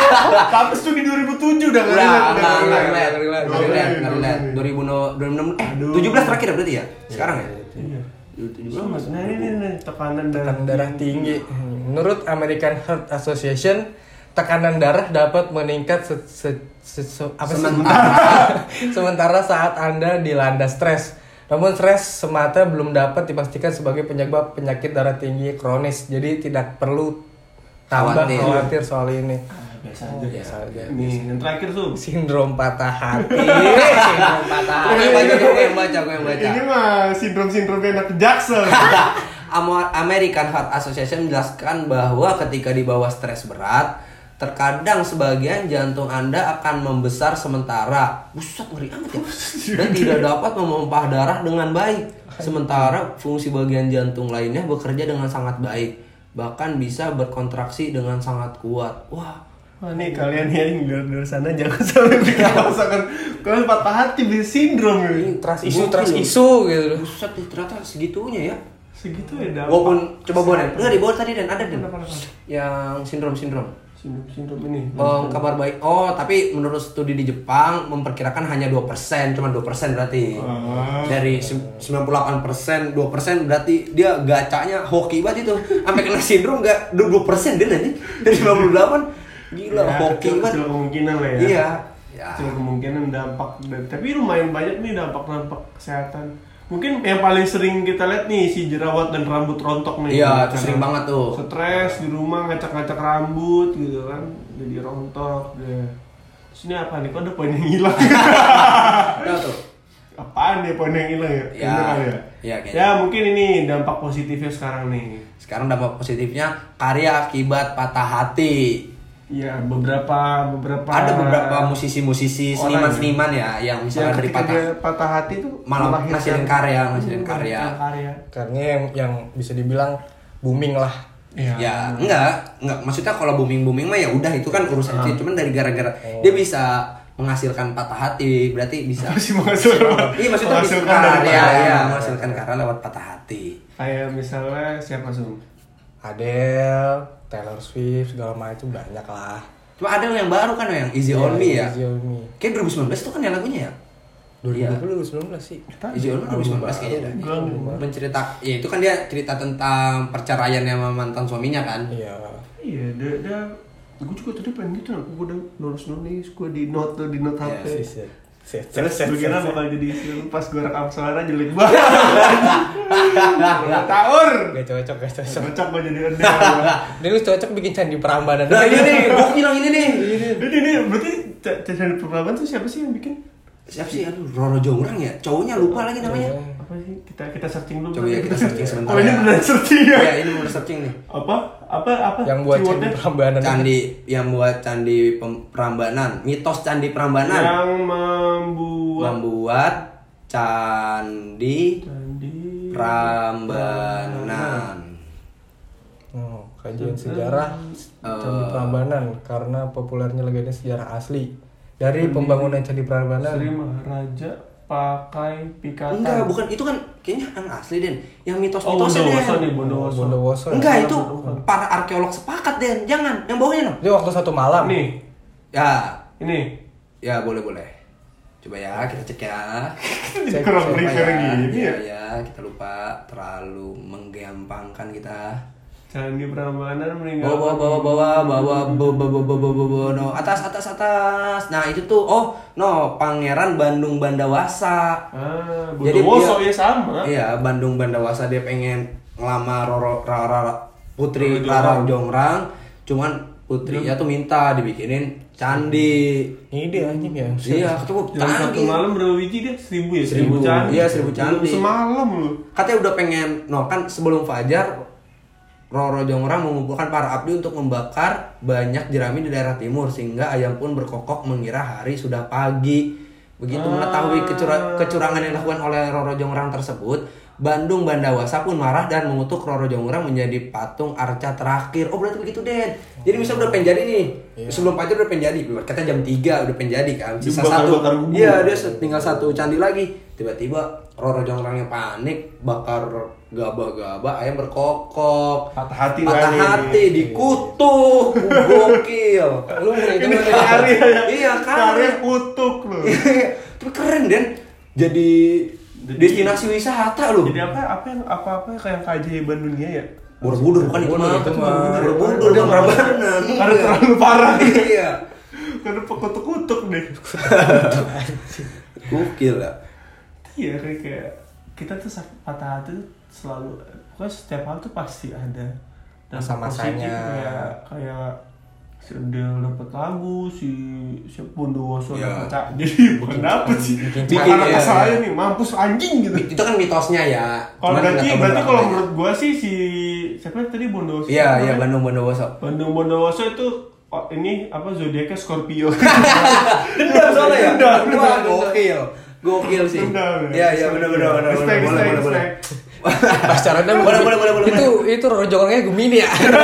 [SPEAKER 2] Tapi studi dua ribu tujuh udah
[SPEAKER 1] Udah,
[SPEAKER 2] nggak
[SPEAKER 1] enggak, enggak
[SPEAKER 2] relate,
[SPEAKER 1] relate,
[SPEAKER 3] relate,
[SPEAKER 1] enggak
[SPEAKER 2] relate.
[SPEAKER 1] relate, enggak relate. dua ribu enam, eh tujuh belas terakhir berarti ya? Sekarang ya?
[SPEAKER 2] Iya.
[SPEAKER 1] tujuh
[SPEAKER 2] Belum,
[SPEAKER 1] belas.
[SPEAKER 2] Nah ini nih tekanan darah.
[SPEAKER 3] Tekanan darah tinggi. Menurut American Heart Association, tekanan darah dapat meningkat se, se, se, se- apa sih?
[SPEAKER 1] Sementara.
[SPEAKER 3] Sementara saat Anda dilanda stres. Namun stres semata belum dapat dipastikan sebagai penyebab penyakit darah tinggi kronis. Jadi tidak perlu tambah
[SPEAKER 1] Khawatir.
[SPEAKER 3] khawatir soal ini.
[SPEAKER 2] Ah, biasa aja.
[SPEAKER 3] Biasa aja.
[SPEAKER 2] Nih, yang terakhir tuh.
[SPEAKER 3] Sindrom patah hati. Sindrom patah
[SPEAKER 1] Gue
[SPEAKER 3] hati.
[SPEAKER 1] yang baca, gue yang baca, gue yang baca.
[SPEAKER 2] Ini mah sindrom-sindrom anak jaksel.
[SPEAKER 1] Amo- American Heart Association menjelaskan bahwa ketika di bawah stres berat, terkadang sebagian jantung Anda akan membesar sementara. Buset, ngeri amat ya. Dan tidak dapat memompah darah dengan baik. Sementara fungsi bagian jantung lainnya bekerja dengan sangat baik. Bahkan bisa berkontraksi dengan sangat kuat. Wah,
[SPEAKER 2] Wah nih kalian yang di luar sana jangan sampai bikin merasakan kalian patah hati bisa sindrom ya.
[SPEAKER 1] ini
[SPEAKER 3] Trust isu,
[SPEAKER 1] gokil
[SPEAKER 3] trust
[SPEAKER 1] loh.
[SPEAKER 3] isu gitu.
[SPEAKER 1] Buset, ternyata segitunya ya.
[SPEAKER 2] Segitu ya dampak.
[SPEAKER 1] Walaupun coba bawa Den. Enggak di bawah tadi Dan ada Den.
[SPEAKER 2] Apa, apa, apa?
[SPEAKER 1] Yang sindrom-sindrom.
[SPEAKER 2] Sindrom-sindrom ini.
[SPEAKER 1] Oh, kabar baik. Oh, tapi menurut studi di Jepang memperkirakan hanya dua persen, cuma dua persen berarti.
[SPEAKER 2] Ah.
[SPEAKER 1] Dari sem- sembilan puluh delapan persen, dua persen berarti dia gacanya hoki banget itu. Sampai kena sindrom enggak dua puluh persen dia nanti. Dari sembilan puluh delapan gila
[SPEAKER 2] Ya,
[SPEAKER 1] hoki
[SPEAKER 2] kecil,
[SPEAKER 1] banget.
[SPEAKER 2] kecil kemungkinan lah ya.
[SPEAKER 1] Iya. Ya.
[SPEAKER 2] Kecil kemungkinan dampak dan tapi lumayan banyak nih dampak-dampak kesehatan. Mungkin yang paling sering kita lihat nih si jerawat dan rambut rontok nih.
[SPEAKER 1] Iya, itu
[SPEAKER 2] Karena
[SPEAKER 1] sering banget tuh.
[SPEAKER 2] Stres di rumah ngacak-ngacak rambut gitu kan, jadi rontok deh. Terus ini apa nih? Kok ada poin yang hilang?
[SPEAKER 1] Tahu tuh.
[SPEAKER 2] Apaan ya poin yang hilang ya?
[SPEAKER 1] Ya,
[SPEAKER 2] Bener kali ya?
[SPEAKER 1] ya, kayaknya.
[SPEAKER 2] Ya mungkin ini dampak positifnya sekarang nih.
[SPEAKER 1] Sekarang dampak positifnya karya akibat patah hati.
[SPEAKER 2] Ya beberapa beberapa
[SPEAKER 1] Ada beberapa musisi-musisi,
[SPEAKER 2] orang
[SPEAKER 1] seniman-seniman ya yang
[SPEAKER 2] yang
[SPEAKER 1] misalnya dari
[SPEAKER 2] ketika
[SPEAKER 1] patah
[SPEAKER 2] dia patah hati tuh
[SPEAKER 1] malah
[SPEAKER 2] melahirkan-
[SPEAKER 1] ngasilin karya, ngasilin
[SPEAKER 2] Hmm,
[SPEAKER 1] karya.
[SPEAKER 2] karya.
[SPEAKER 3] Karena yang, yang bisa dibilang booming lah.
[SPEAKER 2] Iya.
[SPEAKER 1] Ya, enggak, enggak. Maksudnya kalau booming-booming mah ya udah itu kan urusan
[SPEAKER 2] Ah.
[SPEAKER 1] dia. Cuman dari gara-gara
[SPEAKER 3] Oh.
[SPEAKER 1] dia bisa menghasilkan patah hati, berarti bisa.
[SPEAKER 2] Masih menghasilkan.
[SPEAKER 1] Iya, maksudnya bisa
[SPEAKER 2] menghasilkan dari
[SPEAKER 1] karya,
[SPEAKER 2] patah
[SPEAKER 1] ya,
[SPEAKER 2] hati.
[SPEAKER 1] menghasilkan karya lewat patah hati.
[SPEAKER 2] Kayak misalnya siapa Sum?
[SPEAKER 3] Adele, Taylor Swift, segala macam banyak lah.
[SPEAKER 1] Cuma ada yang baru kan yang Easy on Me ya.
[SPEAKER 3] Easy on Me.
[SPEAKER 1] Kayak dua ribu sembilan belas itu kan ya lagunya ya.
[SPEAKER 3] dua ribu
[SPEAKER 1] Iya.
[SPEAKER 3] dua puluh sembilan belas sih.
[SPEAKER 1] Easy on Me dua ribu sembilan belas kayaknya dah.
[SPEAKER 2] Gua lupa.
[SPEAKER 1] Mencerita, ya itu kan dia cerita tentang perceraiannya sama mantan suaminya kan.
[SPEAKER 3] Iya.
[SPEAKER 2] Iya, dia, dia gue juga tadi pengen gitu, aku udah nulis nulis, gue di note di note H P.
[SPEAKER 1] Iya,
[SPEAKER 3] Set.
[SPEAKER 2] Terus gue kira bakal jadi istri lu, pas gue rekam suara jelek banget. Taur.
[SPEAKER 3] Gak cocok, gak cocok.
[SPEAKER 2] Cocok gue jadi ende.
[SPEAKER 3] Ini lu cocok bikin Candi Prambanan.
[SPEAKER 1] Nah ini nih, gue bilang ini nih.
[SPEAKER 2] Ini nih, berarti Candi Prambanan tuh siapa sih yang bikin?
[SPEAKER 1] Siapa sih? Aduh, Roro Jongrang ya? Cowoknya lupa lagi namanya.
[SPEAKER 2] Apa sih? Kita kita searching dulu.
[SPEAKER 1] Coba ya kita searching sebentar.
[SPEAKER 2] Oh ini
[SPEAKER 1] ya.
[SPEAKER 2] beneran searching ya?
[SPEAKER 1] Iya, ini bener searching nih.
[SPEAKER 2] Apa? Apa? Apa?
[SPEAKER 3] Yang buat Candi
[SPEAKER 2] Keywordnya?
[SPEAKER 3] Prambanan.
[SPEAKER 1] Candi yang buat Candi Pem- Prambanan, mitos Candi Prambanan.
[SPEAKER 2] Yang membuat
[SPEAKER 1] Membuat Candi
[SPEAKER 2] Candi
[SPEAKER 1] Prambanan.
[SPEAKER 3] Oh, kajian sejarah Candi Prambanan karena populernya legenda sejarah asli dari pembangunan Candi Prambanan.
[SPEAKER 2] Sri Maharaja pakai pikatan.
[SPEAKER 1] Enggak, bukan itu kan kayaknya yang asli Den. Yang
[SPEAKER 2] Oh,
[SPEAKER 1] mitos-mitosnya
[SPEAKER 2] Bondowoso
[SPEAKER 1] Den.
[SPEAKER 2] nih, Bondowoso.
[SPEAKER 3] Bondowoso.
[SPEAKER 1] Enggak,
[SPEAKER 2] Bukan,
[SPEAKER 1] itu
[SPEAKER 2] bukan.
[SPEAKER 1] para arkeolog sepakat Den. Jangan, yang bawahnya no.
[SPEAKER 3] Itu waktu satu malam.
[SPEAKER 2] Nih,
[SPEAKER 1] Ya,
[SPEAKER 2] ini.
[SPEAKER 1] ya boleh boleh. Coba ya kita cek ya.
[SPEAKER 3] Cek,
[SPEAKER 2] Kurang
[SPEAKER 3] cek.
[SPEAKER 2] prepare
[SPEAKER 1] ya,
[SPEAKER 2] gini
[SPEAKER 1] ya,
[SPEAKER 2] ya.
[SPEAKER 1] ya, kita lupa terlalu menggampangkan kita.
[SPEAKER 2] Candi Prambanan meninggal.
[SPEAKER 1] Bawa bawa bawa bawa bawa bawa bawa bawa bawa no atas atas atas. Nah itu tuh oh no Pangeran Bandung Bandawasa.
[SPEAKER 2] Ah,
[SPEAKER 1] Jadi
[SPEAKER 2] Bondowoso
[SPEAKER 1] dia-
[SPEAKER 2] ya sama.
[SPEAKER 1] Iya Bandung Bandawasa dia pengen ngelamar Roro Rara Putri
[SPEAKER 2] Roro
[SPEAKER 1] Rara
[SPEAKER 2] Jongrang.
[SPEAKER 1] Jongrang, cuman putrinya tuh minta dibikinin candi.
[SPEAKER 3] Ini dia anjing ya.
[SPEAKER 1] Iya, ketemu
[SPEAKER 2] Dalam satu
[SPEAKER 1] tanggi.
[SPEAKER 2] malam berapa biji dia? Seribu ya?
[SPEAKER 1] Seribu.
[SPEAKER 2] candi.
[SPEAKER 1] Iya, seribu candi.
[SPEAKER 2] Semalam lu.
[SPEAKER 1] Katanya udah pengen, no kan sebelum fajar Roro Jongrang mengumpulkan para abdi untuk membakar banyak jerami di daerah timur sehingga ayam pun berkokok mengira hari sudah pagi. Begitu
[SPEAKER 2] Ah.
[SPEAKER 1] mengetahui kecura- kecurangan yang dilakukan oleh Roro Jongrang tersebut, Bandung Bandawasa pun marah dan mengutuk Roro Jongrang menjadi patung arca terakhir. Oh berarti begitu Den. Jadi misalnya udah pengen jadi nih.
[SPEAKER 3] Iya.
[SPEAKER 1] Sebelum fajar udah pengen jadi. Kata jam tiga udah pengen jadi kan. Sisa
[SPEAKER 2] Dibakar-
[SPEAKER 1] satu.
[SPEAKER 2] bakar bumbu.
[SPEAKER 1] Iya dia tinggal satu candi lagi. Tiba-tiba Roro Jongrangnya panik, bakar gabah-gabah, ayam berkokok.
[SPEAKER 2] Patah hati
[SPEAKER 1] Patah
[SPEAKER 2] kali.
[SPEAKER 1] hati, dikutuk, gokil.
[SPEAKER 3] Lu ngeri itu
[SPEAKER 2] Ini
[SPEAKER 3] ngeri.
[SPEAKER 2] karya ya.
[SPEAKER 1] Iya, karya.
[SPEAKER 2] Karya kutuk lu.
[SPEAKER 1] Tapi keren Den. Jadi destinasi wisata loh.
[SPEAKER 2] Jadi apa apa yang apa apa kayak keajaiban dunia ya?
[SPEAKER 1] Borobudur bukan itu mah.
[SPEAKER 3] Itu mah.
[SPEAKER 1] Borobudur yang Prambanan.
[SPEAKER 2] Karena terlalu parah.
[SPEAKER 1] Iya.
[SPEAKER 2] Karena pekutuk-kutuk deh.
[SPEAKER 1] Gokil lah.
[SPEAKER 2] Iya kayak kayak kita tuh sak- patah hati tuh selalu, pokoknya setiap hal tuh pasti ada. Dan
[SPEAKER 3] Masa-masanya.
[SPEAKER 2] positif kayak kayak si Adele dapet lagu, si si Bondowoso
[SPEAKER 1] Iya.
[SPEAKER 2] dapet cak. Jadi bukan dapet sih.
[SPEAKER 3] bikin
[SPEAKER 2] Bikin
[SPEAKER 1] cak,
[SPEAKER 2] anak
[SPEAKER 1] iya,
[SPEAKER 2] saya
[SPEAKER 1] iya.
[SPEAKER 2] nih mampus anjing gitu.
[SPEAKER 1] Itu kan mitosnya ya.
[SPEAKER 2] Kalau
[SPEAKER 1] Cuman
[SPEAKER 2] berarti
[SPEAKER 1] nggak tahu
[SPEAKER 2] berarti
[SPEAKER 1] berapa
[SPEAKER 2] kalau
[SPEAKER 1] banyak.
[SPEAKER 2] menurut gua sih si siapa tadi Bondowoso?
[SPEAKER 1] Iya,
[SPEAKER 2] siapa
[SPEAKER 1] iya
[SPEAKER 2] namanya?
[SPEAKER 1] Bandung Bondowoso.
[SPEAKER 2] Bandung Bondowoso itu oh, ini apa zodiaknya Scorpio.
[SPEAKER 1] Dendam soalnya ya.
[SPEAKER 2] Dendam,
[SPEAKER 1] Wah,
[SPEAKER 2] dendam.
[SPEAKER 1] gokil. Gokil sih.
[SPEAKER 2] Dendam,
[SPEAKER 1] Iya, iya benar benar benar.
[SPEAKER 2] Respect,
[SPEAKER 1] Boleh
[SPEAKER 2] respect,
[SPEAKER 1] boleh boleh.
[SPEAKER 2] respect.
[SPEAKER 3] Pacarannya
[SPEAKER 1] Boleh, boleh, boleh, boleh.
[SPEAKER 3] Itu itu Roro Jongrangnya Gemini ya.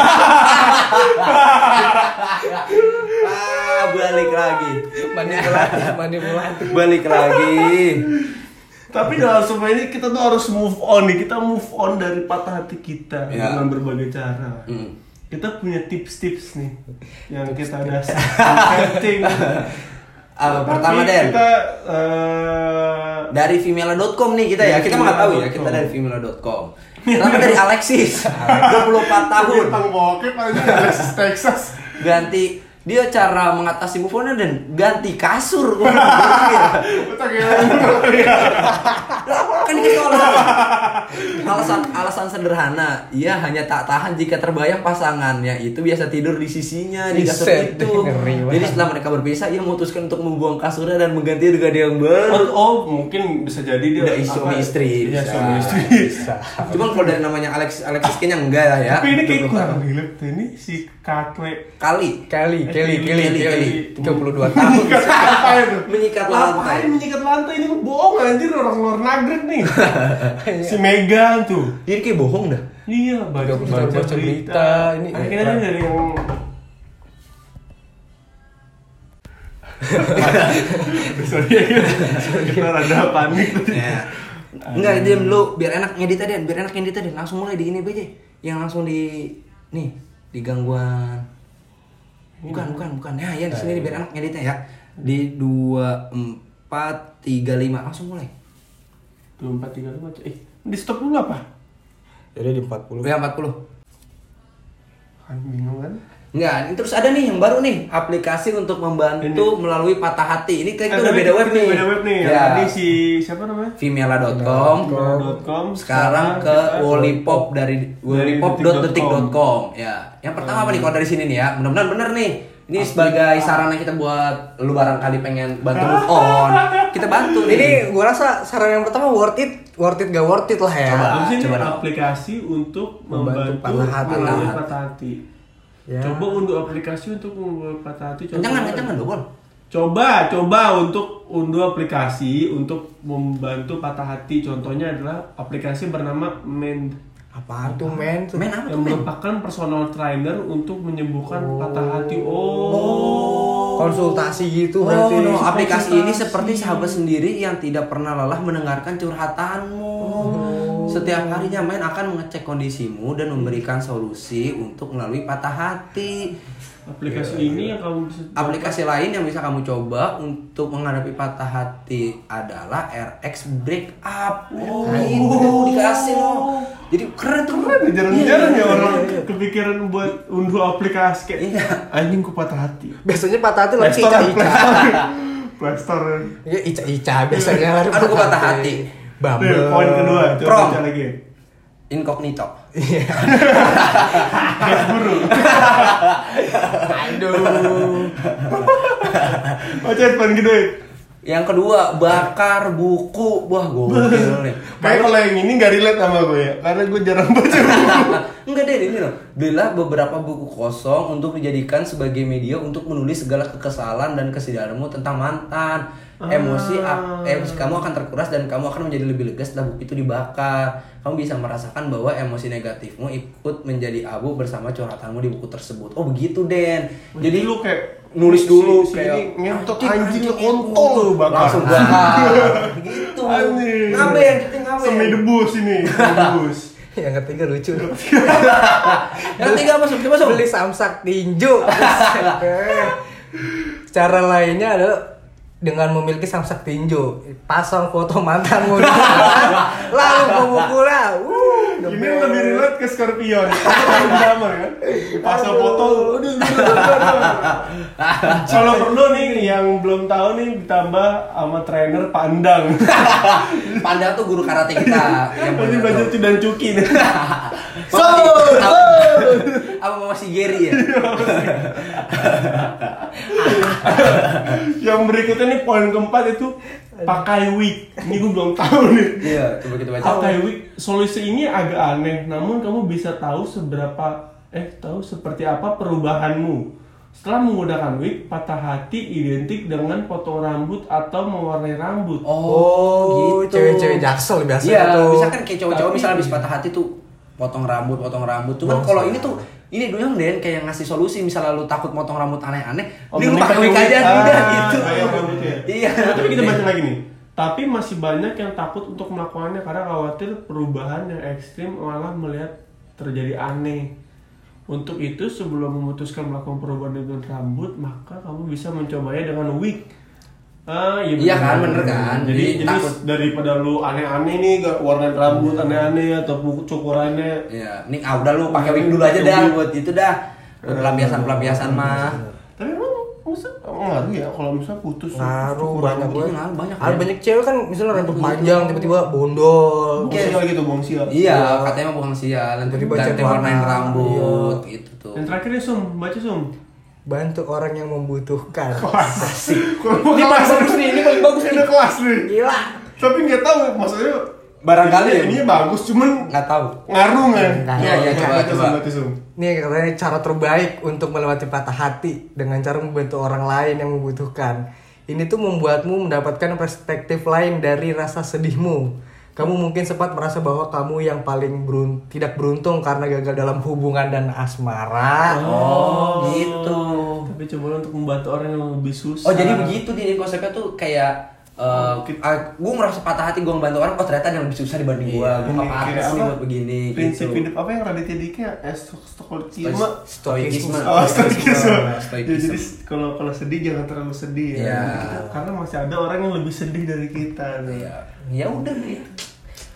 [SPEAKER 1] Ah, balik lagi.
[SPEAKER 3] Manipulatif, manipulatif.
[SPEAKER 1] Balik lagi.
[SPEAKER 2] Tapi dalam semua ini kita tuh harus move on nih. Kita move on dari patah hati kita
[SPEAKER 1] Iya.
[SPEAKER 2] dengan berbagai cara.
[SPEAKER 1] Hmm.
[SPEAKER 2] Kita punya tips-tips nih yang kita udah setting.
[SPEAKER 1] Ah, pertama Den.
[SPEAKER 2] Kita eh,
[SPEAKER 1] Dari femela dot com nih kita ya. Kita mah nggak tahu ya. Kita dari femela dot com. Pertama dari Alexis, dua puluh empat tahun.
[SPEAKER 2] Bintang bokep aja Alexis Texas.
[SPEAKER 1] Ganti dia cara mengatasi move on dan ganti kasur.
[SPEAKER 2] Betul ya.
[SPEAKER 1] Kan itu alasan, alasan alasan sederhana. Ia hanya tak tahan jika terbayang pasangannya itu biasa tidur di sisinya di kasur
[SPEAKER 3] Buset,
[SPEAKER 1] itu.
[SPEAKER 3] ngeri banget.
[SPEAKER 1] Jadi setelah mereka berpisah, ia memutuskan untuk membuang kasurnya dan mengganti dengan yang baru.
[SPEAKER 2] Oh, mungkin bisa jadi dia
[SPEAKER 1] Udah suami
[SPEAKER 2] apa,
[SPEAKER 1] istri,
[SPEAKER 2] Iya,
[SPEAKER 1] bisa.
[SPEAKER 2] suami istri.
[SPEAKER 3] Bisa.
[SPEAKER 1] Cuman kalau dari namanya Alex Alexis kayaknya enggak lah ya.
[SPEAKER 2] Tapi ini kayak
[SPEAKER 1] dua puluh
[SPEAKER 2] kurang relate tuh. Ini si Katwe.
[SPEAKER 1] kali
[SPEAKER 3] Kelly,
[SPEAKER 2] Eh,
[SPEAKER 3] Kelly,
[SPEAKER 2] Kelly,
[SPEAKER 3] Kelly,
[SPEAKER 1] Kelly,
[SPEAKER 3] Kelly.
[SPEAKER 1] Kelly.
[SPEAKER 3] tiga puluh dua tahun.
[SPEAKER 2] Menyikat lantai tuh.
[SPEAKER 1] menyikat
[SPEAKER 2] Ngapain
[SPEAKER 1] lantai.
[SPEAKER 2] menyikat lantai ini bohong anjir, orang luar nagrek nih. Si Megan tuh.
[SPEAKER 1] Jadi kayak bohong dah.
[SPEAKER 2] Iya, baca,
[SPEAKER 3] Baca-
[SPEAKER 2] baca,
[SPEAKER 3] baca
[SPEAKER 2] berita.
[SPEAKER 3] berita, ini-
[SPEAKER 2] Akhirnya ini dari yang sorry ya, kita rada panik.
[SPEAKER 1] Ya. Enggak, diam dulu biar enak ngeditnya Den, biar enak ngeditnya Den. Langsung mulai di ini aja. Yang langsung di nih, di gangguan. Bukan, bukan, bukan. Ya, ya di sini biar enak ngeditnya ya. Di dua empat tiga lima langsung mulai.
[SPEAKER 2] Dua empat tiga lima. Eh, di stop dulu apa?
[SPEAKER 3] Jadi di empat puluh.
[SPEAKER 1] Ya empat puluh.
[SPEAKER 2] Kan bingung kan?
[SPEAKER 1] Enggak, ini terus ada nih yang baru nih, aplikasi untuk membantu
[SPEAKER 2] Ini.
[SPEAKER 1] melalui patah hati. Ini kita
[SPEAKER 2] Eh,
[SPEAKER 1] udah
[SPEAKER 2] tadi
[SPEAKER 1] beda web
[SPEAKER 2] kita
[SPEAKER 1] nih.
[SPEAKER 2] Beda web nih.
[SPEAKER 1] Ya.
[SPEAKER 2] Tadi si siapa namanya?
[SPEAKER 1] Vimela dot com.
[SPEAKER 2] Vimela dot com.
[SPEAKER 1] Sekarang ke Wallipop dari wallipop dot detik dot com. Ya, yang pertama apa nih kalau dari sini nih ya? Mudah-mudahan bener nih. Ini sebagai sarana kita buat lu barangkali pengen bantu move on. Kita bantu nih.
[SPEAKER 3] Ini gua rasa saran yang pertama worth it, worth it gak worth it lah ya.
[SPEAKER 1] Coba.
[SPEAKER 2] Terus ini
[SPEAKER 1] coba dong.
[SPEAKER 2] aplikasi untuk
[SPEAKER 3] Membantu
[SPEAKER 2] membantu
[SPEAKER 3] patah hati.
[SPEAKER 2] melalui patah hati.
[SPEAKER 3] Ya.
[SPEAKER 2] Coba unduh aplikasi untuk membuat patah hati. Coba.
[SPEAKER 1] Kencangan, kencangan dong, Bol.
[SPEAKER 2] Coba, coba untuk unduh aplikasi untuk membantu patah hati. Contohnya adalah aplikasi bernama Mend.
[SPEAKER 3] Apaan tuh men?
[SPEAKER 1] Men apa tuh,
[SPEAKER 2] Yang
[SPEAKER 1] men?
[SPEAKER 2] merupakan personal trainer untuk menyembuhkan patah hati. Oh.
[SPEAKER 3] Konsultasi gitu
[SPEAKER 1] Oh,
[SPEAKER 3] berarti.
[SPEAKER 1] no. aplikasi ini
[SPEAKER 2] konsultasi.
[SPEAKER 1] seperti sahabat sendiri yang tidak pernah lelah mendengarkan curhatanmu. Setiap harinya main akan mengecek kondisimu dan memberikan solusi untuk melalui patah hati.
[SPEAKER 2] Aplikasi ini yang kamu bisa
[SPEAKER 1] Aplikasi lain yang bisa kamu coba untuk menghadapi patah hati adalah R X Breakup. Oh, gitu dikasih loh. Jadi keren tuh.
[SPEAKER 2] Keren, jarang-jarang
[SPEAKER 1] Iya,
[SPEAKER 2] ya
[SPEAKER 1] iya,
[SPEAKER 2] orang
[SPEAKER 1] iya.
[SPEAKER 2] kepikiran buat unduh aplikasi kayak
[SPEAKER 1] Iya.
[SPEAKER 2] anjing ku patah hati.
[SPEAKER 3] Biasanya patah hati lagi
[SPEAKER 2] Playstore,
[SPEAKER 3] ica-ica.
[SPEAKER 2] Playstore.
[SPEAKER 3] Iya ica-ica biasanya lari
[SPEAKER 1] Aduh, gua patah hati.
[SPEAKER 3] Bumble.
[SPEAKER 2] Nih, poin kedua, coba
[SPEAKER 1] Prom.
[SPEAKER 2] baca lagi.
[SPEAKER 1] Incognito.
[SPEAKER 3] Aduh.
[SPEAKER 2] Baca poin kedua.
[SPEAKER 1] Yang kedua, bakar buku. Wah, gokil nih.
[SPEAKER 2] Kayak kalau yang ini gak relate sama gue ya, karena gue jarang baca buku.
[SPEAKER 1] Enggak deh, ini loh. Belilah beberapa buku kosong untuk dijadikan sebagai media untuk menulis segala kekesalan dan kesedihanmu tentang mantan. Emosi,
[SPEAKER 2] Ah.
[SPEAKER 1] emosi kamu akan terkuras dan kamu akan menjadi lebih lega setelah buku itu dibakar. Kamu bisa merasakan bahwa emosi negatifmu ikut menjadi abu bersama curhatanmu di buku tersebut. Oh begitu, Den.
[SPEAKER 2] Jadi lu kayak
[SPEAKER 1] nulis dulu
[SPEAKER 2] si,
[SPEAKER 1] kayak
[SPEAKER 2] si ngentot
[SPEAKER 1] anjing,
[SPEAKER 2] anjing
[SPEAKER 1] anjing,
[SPEAKER 2] kontol lu bakar.
[SPEAKER 1] langsung bakar. Gitu.
[SPEAKER 2] Anjing.
[SPEAKER 1] Ngabe yang kita ngabe.
[SPEAKER 2] Semi debus ini, debus.
[SPEAKER 3] Yang ketiga lucu.
[SPEAKER 1] Yang ketiga masuk, coba masuk.
[SPEAKER 3] Beli samsak tinju. Cara lainnya adalah dengan memiliki samsak tinju, pasang foto mantanmu di sana, lalu pemukulan. Uh, the
[SPEAKER 2] Ini
[SPEAKER 3] best.
[SPEAKER 2] lebih relate ke Scorpion. Kamu drama kan? Pasal foto. Aduh, aduh, aduh, aduh. Kalau perlu nih yang belum tahu nih ditambah sama trainer Pandang.
[SPEAKER 1] Pandang tuh guru karate kita yang
[SPEAKER 2] Nanti
[SPEAKER 1] punya
[SPEAKER 2] belajar
[SPEAKER 1] tuh.
[SPEAKER 2] Cudan Cuki nih.
[SPEAKER 1] So, apa mau masih Gary ya?
[SPEAKER 2] Yang berikutnya nih poin keempat itu pakai wig. Ini gue belum tahu nih.
[SPEAKER 1] Iya, coba kita baca.
[SPEAKER 2] Pakai wig, solusi ini agak aneh, namun kamu bisa tahu seberapa eh tahu seperti apa perubahanmu. Setelah menggunakan wig, patah hati identik dengan potong rambut atau mewarnai rambut.
[SPEAKER 3] Oh,
[SPEAKER 1] gitu.
[SPEAKER 3] cewek-cewek jaksel biasanya
[SPEAKER 1] Iya,
[SPEAKER 3] tuh.
[SPEAKER 1] misalkan kayak cowok-cowok
[SPEAKER 2] Tapi-
[SPEAKER 1] misalnya habis patah hati tuh potong rambut, potong rambut. Cuman
[SPEAKER 3] Bongsor.
[SPEAKER 1] kalau ini tuh ini dulu yang Den kayak ngasih solusi misalnya lu takut potong rambut aneh-aneh,
[SPEAKER 2] Oh,
[SPEAKER 1] dia lu
[SPEAKER 2] mending
[SPEAKER 1] pakai
[SPEAKER 2] pakai
[SPEAKER 1] wig
[SPEAKER 2] wig.
[SPEAKER 1] aja
[SPEAKER 2] Ah,
[SPEAKER 1] udah gitu.
[SPEAKER 2] kayak rambutnya.
[SPEAKER 1] Iya.
[SPEAKER 2] Tapi kita baca lagi nih. Tapi masih banyak yang takut untuk melakukannya karena khawatir perubahan yang ekstrim malah melihat terjadi aneh. Untuk itu sebelum memutuskan melakukan perubahan dengan rambut, maka kamu bisa mencobanya dengan wig. Ah, iya,
[SPEAKER 1] Iya kan, bener kan?
[SPEAKER 2] Jadi,
[SPEAKER 1] Jadi
[SPEAKER 2] jadi
[SPEAKER 1] takut.
[SPEAKER 2] daripada lu aneh-aneh nih, gak warna rambut aneh-aneh atau buku cukurannya.
[SPEAKER 1] Iya, nih ah udah lu pakai wig dulu aja dah buat itu dah. Buat pelampiasan-pelampiasan mah.
[SPEAKER 2] Tapi emang masa ngaruh ya kalau misalnya putus
[SPEAKER 3] Ngaruh
[SPEAKER 2] cukur
[SPEAKER 3] banyak
[SPEAKER 2] rambut?
[SPEAKER 3] gue.
[SPEAKER 1] Iya, ngaruh banyak,
[SPEAKER 3] Ada
[SPEAKER 1] ya.
[SPEAKER 3] banyak cewek kan misalnya rambut panjang tiba-tiba bondol.
[SPEAKER 2] Buang sial gitu, buang sial.
[SPEAKER 1] Iya, katanya mau buang sial, nanti
[SPEAKER 3] Jadi baca
[SPEAKER 1] ganti
[SPEAKER 3] warna.
[SPEAKER 1] warnain rambut gitu tuh.
[SPEAKER 2] Yang terakhir ya Sum, baca Sum.
[SPEAKER 3] Bantu orang yang membutuhkan.
[SPEAKER 2] Asik.
[SPEAKER 1] Ini paling bagus nih, ini paling bagus nih.
[SPEAKER 2] Ini kelas nih.
[SPEAKER 3] Gila.
[SPEAKER 2] Tapi nggak tahu maksudnya.
[SPEAKER 1] Barangkali ya.
[SPEAKER 2] ini bagus, cuman
[SPEAKER 1] Nggak tahu.
[SPEAKER 2] ngaruh nggak?
[SPEAKER 3] Nggak.
[SPEAKER 1] Iya, iya, coba,
[SPEAKER 2] Baca,
[SPEAKER 1] coba.
[SPEAKER 2] Sum, baca, Sum.
[SPEAKER 3] Ini katanya cara terbaik untuk melewati patah hati dengan cara membantu orang lain yang membutuhkan. Ini tuh membuatmu mendapatkan perspektif lain dari rasa sedihmu. Kamu mungkin sempat merasa bahwa kamu yang paling berun- tidak beruntung karena gagal dalam hubungan dan asmara.
[SPEAKER 1] Oh, gitu.
[SPEAKER 2] Tapi coba untuk membantu orang yang lebih susah.
[SPEAKER 1] Oh, jadi begitu dia konsepnya tuh kayak Uh, gue merasa patah hati gue ngebantu orang, oh ternyata ada yang lebih susah dibanding gue, gue gak pantas nih buat begini.
[SPEAKER 2] Prinsip
[SPEAKER 1] gitu.
[SPEAKER 2] hidup apa yang Raditya Dika? Eh, Stoikisme.
[SPEAKER 1] Stoikisme.
[SPEAKER 2] Oh, stoikisme.
[SPEAKER 1] Stoikisme.
[SPEAKER 2] Ya, jadi kalau kalau sedih jangan terlalu sedih ya.
[SPEAKER 1] Iya.
[SPEAKER 2] Kita- karena masih ada orang yang lebih sedih dari kita.
[SPEAKER 1] Ya, ya udah gitu.
[SPEAKER 2] Ya.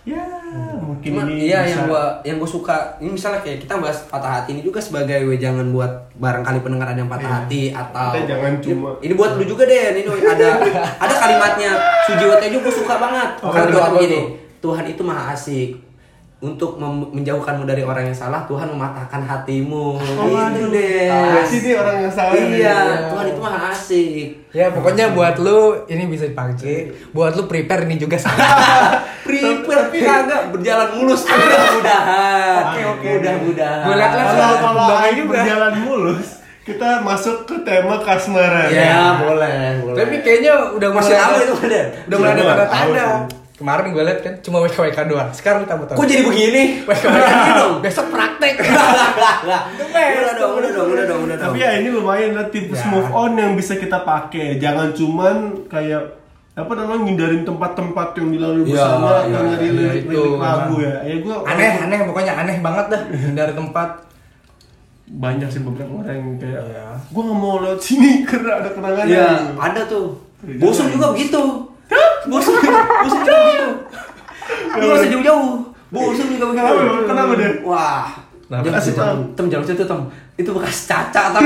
[SPEAKER 2] mungkin
[SPEAKER 1] Cuman
[SPEAKER 2] ini
[SPEAKER 1] iya
[SPEAKER 2] bisa-
[SPEAKER 1] yang gua yang gua suka ini misalnya kayak kita bahas patah hati ini juga sebagai wejangan buat barangkali pendengar ada yang patah
[SPEAKER 2] Iya.
[SPEAKER 1] hati atau
[SPEAKER 2] Kita jangan cuma-
[SPEAKER 1] ini buat lu juga deh ini ada ada kalimatnya Sujiwo Tejo gua suka banget.
[SPEAKER 2] Oh,
[SPEAKER 1] Karena
[SPEAKER 2] apa
[SPEAKER 1] Tuhan
[SPEAKER 3] tuh?
[SPEAKER 1] begini, Tuhan itu maha asik. Untuk mem- menjauhkanmu dari orang yang salah, Tuhan mematahkan hatimu. Itu deh.
[SPEAKER 2] Berarti dia orang yang salah nih.
[SPEAKER 1] Iya, Tuhan itu maha asik.
[SPEAKER 3] Ya pokoknya buat lu ini bisa dipakai. Buat lu prepare ini juga sama.
[SPEAKER 1] Prepare tapi kagak berjalan mulus mudah-mudahan.
[SPEAKER 2] Oke, oke.
[SPEAKER 1] Mudah-mudahan.
[SPEAKER 3] Gua liat-liat
[SPEAKER 2] Kalau
[SPEAKER 3] Ada
[SPEAKER 2] kalau
[SPEAKER 3] kembangnya
[SPEAKER 2] Aing
[SPEAKER 3] juga.
[SPEAKER 2] berjalan mulus, kita masuk ke tema kasmaran.
[SPEAKER 1] Ya, boleh, boleh.
[SPEAKER 3] Tapi kayaknya udah
[SPEAKER 1] masih
[SPEAKER 3] mulai
[SPEAKER 1] lama
[SPEAKER 3] ada-
[SPEAKER 1] itu ada.
[SPEAKER 3] Udah mulai ada
[SPEAKER 2] Sudah,
[SPEAKER 3] tanda-tanda.
[SPEAKER 2] tahu sih.
[SPEAKER 3] Kemarin gue liat kan cuma W K W K doang. Sekarang tambah tambah.
[SPEAKER 1] Kok jadi begini?
[SPEAKER 3] W K W K dong. Besok praktek.
[SPEAKER 1] Udah dong, udah dong, udah dong, udah dong.
[SPEAKER 2] Tapi ya ini lumayan lah tips
[SPEAKER 3] Ya.
[SPEAKER 2] move on yang bisa kita pakai. Jangan cuman kayak apa namanya ngindarin tempat-tempat yang dilalui
[SPEAKER 1] Iya,
[SPEAKER 2] bersama
[SPEAKER 1] iya,
[SPEAKER 2] atau nyari
[SPEAKER 3] iya,
[SPEAKER 2] lirik
[SPEAKER 3] itu,
[SPEAKER 2] lagu
[SPEAKER 3] emang.
[SPEAKER 2] ya. Ya gua
[SPEAKER 3] Aneh, aneh pokoknya aneh banget dah dari tempat.
[SPEAKER 2] banyak sih beberapa orang yang kayak
[SPEAKER 3] Iya.
[SPEAKER 2] gua nggak mau lewat sini karena ada kenangannya.
[SPEAKER 1] Iya, ada tuh. Bosun juga begitu. Bosun, bosun juga begitu. Lu gak usah jauh-jauh. Bosun juga begitu.
[SPEAKER 2] Kenapa? Kenapa deh?
[SPEAKER 1] Wah.
[SPEAKER 3] Nah,
[SPEAKER 1] Jangan
[SPEAKER 2] kasih
[SPEAKER 1] tem,
[SPEAKER 2] tahu.
[SPEAKER 1] tem jangan situ tem. Itu bekas caca tem.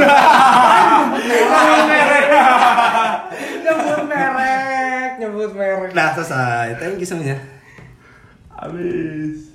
[SPEAKER 3] Nyebut merek, nyebut merek.
[SPEAKER 1] Nah selesai. Thank you semuanya.
[SPEAKER 2] Habis.